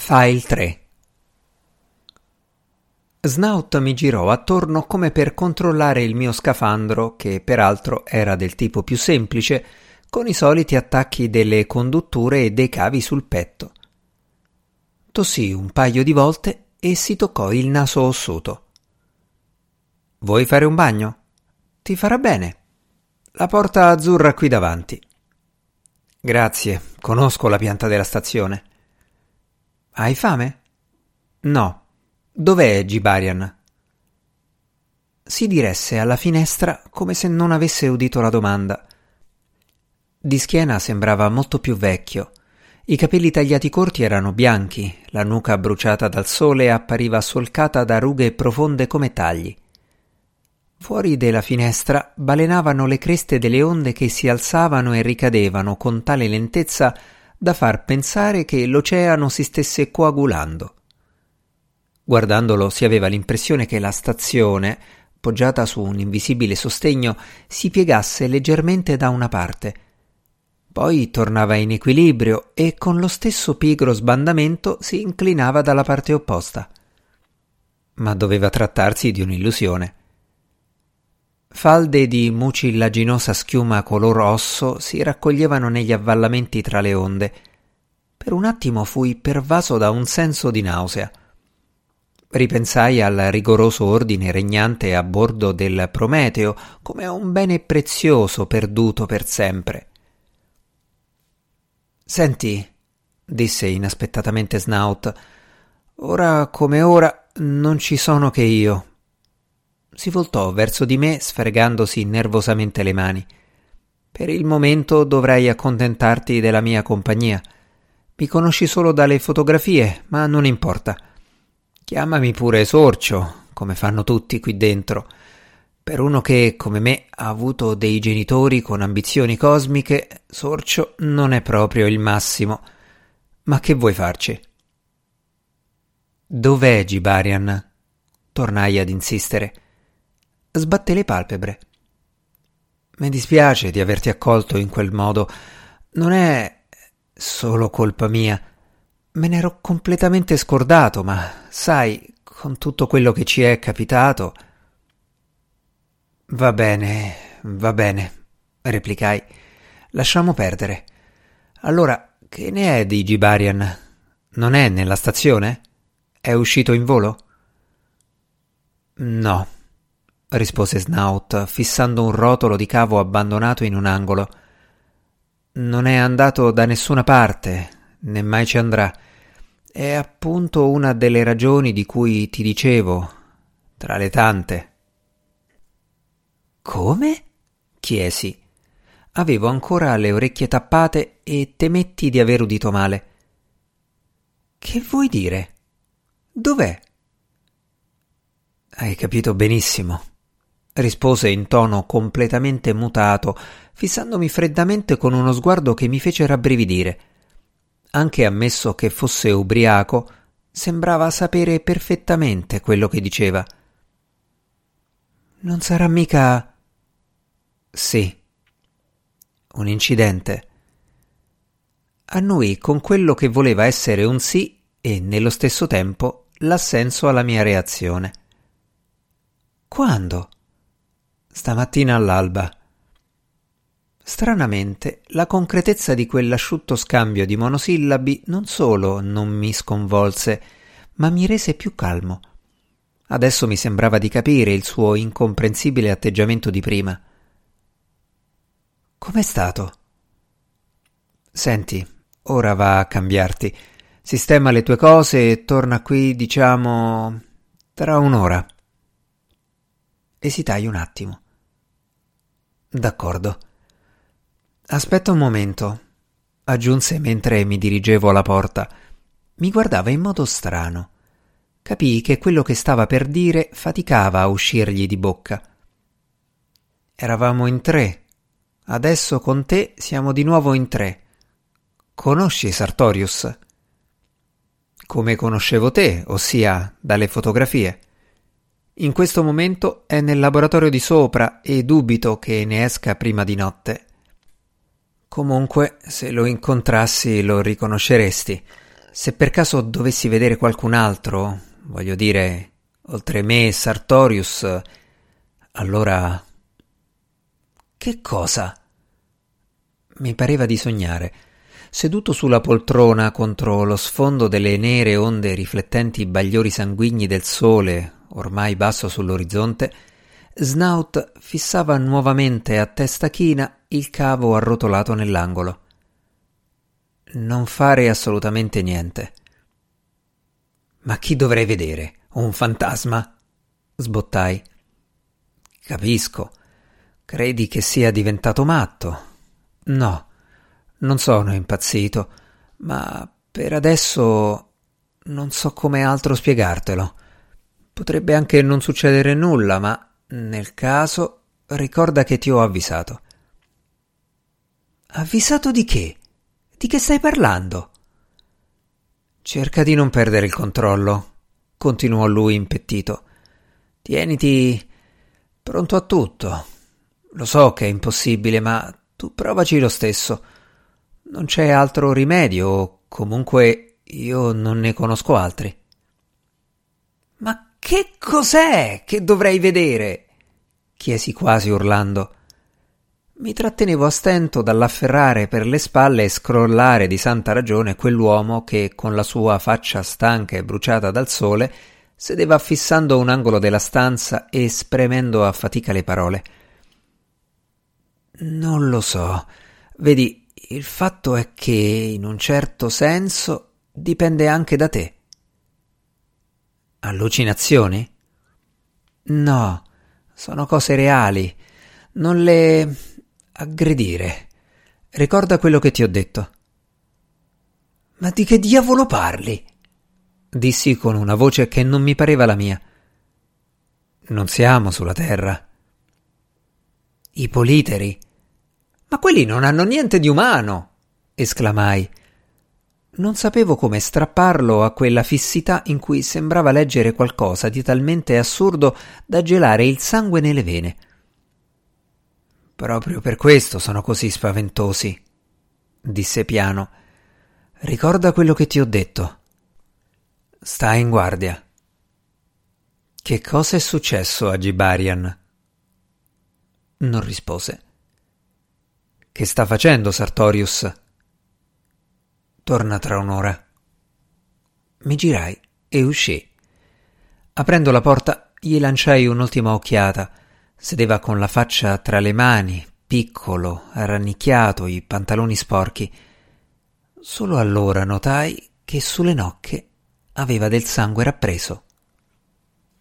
File 3. Snout mi girò attorno come per controllare il mio scafandro, che peraltro era del tipo più semplice, con i soliti attacchi delle condutture e dei cavi sul petto. Tossì un paio di volte e si toccò il naso ossuto. «Vuoi fare un bagno? Ti farà bene. La porta azzurra qui davanti». «Grazie, conosco la pianta della stazione». «Hai fame?» «No. Dov'è Gibarian?» Si diresse alla finestra come se non avesse udito la domanda. Di schiena sembrava molto più vecchio. I capelli tagliati corti erano bianchi, la nuca bruciata dal sole appariva solcata da rughe profonde come tagli. Fuori della finestra balenavano le creste delle onde che si alzavano e ricadevano con tale lentezza da far pensare che l'oceano si stesse coagulando. Guardandolo si aveva l'impressione che la stazione, poggiata su un invisibile sostegno, si piegasse leggermente da una parte. Poi tornava in equilibrio e con lo stesso pigro sbandamento si inclinava dalla parte opposta. Ma doveva trattarsi di un'illusione. Falde di mucillaginosa schiuma color osso si raccoglievano negli avvallamenti tra le onde. Per un attimo fui pervaso da un senso di nausea. Ripensai al rigoroso ordine regnante a bordo del Prometeo come a un bene prezioso perduto per sempre. «Senti», disse inaspettatamente Snout, «ora come ora non ci sono che io». Si voltò verso di me sfregandosi nervosamente le mani. «Per il momento dovrai accontentarti della mia compagnia. Mi conosci solo dalle fotografie, ma non importa. Chiamami pure Sorcio, come fanno tutti qui dentro. Per uno che, come me, ha avuto dei genitori con ambizioni cosmiche, Sorcio non è proprio il massimo. Ma che vuoi farci?» «Dov'è Gibarian?» Tornai ad insistere. Sbatté le palpebre. «Mi dispiace di averti accolto in quel modo. Non è solo colpa mia. Me n'ero completamente scordato, ma, sai, con tutto quello che ci è capitato...» Va bene, replicai. «Lasciamo perdere. Allora, che ne è di Gibarian? Non è nella stazione? È uscito in volo?» «No», rispose Snout, fissando un rotolo di cavo abbandonato in un angolo. «Non è andato da nessuna parte, né mai ci andrà. È appunto una delle ragioni di cui ti dicevo, tra le tante». «Come?» chiesi. Avevo ancora le orecchie tappate e temetti di aver udito male. «Che vuoi dire? Dov'è?» «Hai capito benissimo», rispose in tono completamente mutato, fissandomi freddamente con uno sguardo che mi fece rabbrividire. Anche ammesso che fosse ubriaco, sembrava sapere perfettamente quello che diceva. «Non sarà mica...» «Sì. Un incidente». Annui con quello che voleva essere un sì e, nello stesso tempo, l'assenso alla mia reazione. «Quando?» «Stamattina all'alba». Stranamente, la concretezza di quell'asciutto scambio di monosillabi non solo non mi sconvolse, ma mi rese più calmo. Adesso mi sembrava di capire il suo incomprensibile atteggiamento di prima. «Com'è stato?» «Senti, ora va a cambiarti. Sistema le tue cose e torna qui, diciamo, tra un'ora». Esitai un attimo. «D'accordo». «Aspetta un momento», aggiunse mentre mi dirigevo alla porta. Mi guardava in modo strano. Capii che quello che stava per dire faticava a uscirgli di bocca. «Eravamo in 3. Adesso con te siamo di nuovo in 3. Conosci Sartorius?» «Come conoscevo te, ossia dalle fotografie. In questo momento è nel laboratorio di sopra e dubito che ne esca prima di notte. Comunque, se lo incontrassi lo riconosceresti. Se per caso dovessi vedere qualcun altro, voglio dire, oltre me e Sartorius, allora... Che cosa? Mi pareva di sognare. Seduto sulla poltrona contro lo sfondo delle nere onde riflettenti bagliori sanguigni del sole, ormai basso sull'orizzonte, Snout fissava nuovamente a testa china il cavo arrotolato nell'angolo. Non fare assolutamente niente. Ma chi dovrei vedere? Un fantasma? Sbottai. Capisco. Credi che sia diventato matto? No, non sono impazzito, ma per adesso non so come altro spiegartelo. Potrebbe anche non succedere nulla, ma nel caso ricorda che ti ho avvisato. Avvisato di che? Di che stai parlando? Cerca di non perdere il controllo, continuò lui impettito. Tieniti pronto a tutto. Lo so che è impossibile, ma tu provaci lo stesso. Non c'è altro rimedio, o comunque io non ne conosco altri. Ma che cos'è che dovrei vedere? Chiesi quasi urlando. Mi trattenevo a stento dall'afferrare per le spalle e scrollare di santa ragione quell'uomo che, con la sua faccia stanca e bruciata dal sole, sedeva fissando un angolo della stanza e spremendo a fatica le parole. Non lo so. Vedi, il fatto è che, in un certo senso, dipende anche da te. Allucinazioni? No, sono cose reali. Non le aggredire. Ricorda quello che ti ho detto. Ma di che diavolo parli? Dissi con una voce che non mi pareva la mia. Non siamo sulla Terra. I politeri? Ma quelli non hanno niente di umano! Esclamai. Non sapevo come strapparlo a quella fissità in cui sembrava leggere qualcosa di talmente assurdo da gelare il sangue nelle vene. Proprio per questo sono così spaventosi, disse piano. Ricorda quello che ti ho detto. Stai in guardia. Che cosa è successo a Gibarian? Non rispose. Che sta facendo Sartorius? Torna tra un'ora. Mi girai e uscii. Aprendo la porta gli lanciai un'ultima occhiata. Sedeva con la faccia tra le mani, piccolo, rannicchiato, i pantaloni sporchi. Solo allora notai che sulle nocche aveva del sangue rappreso.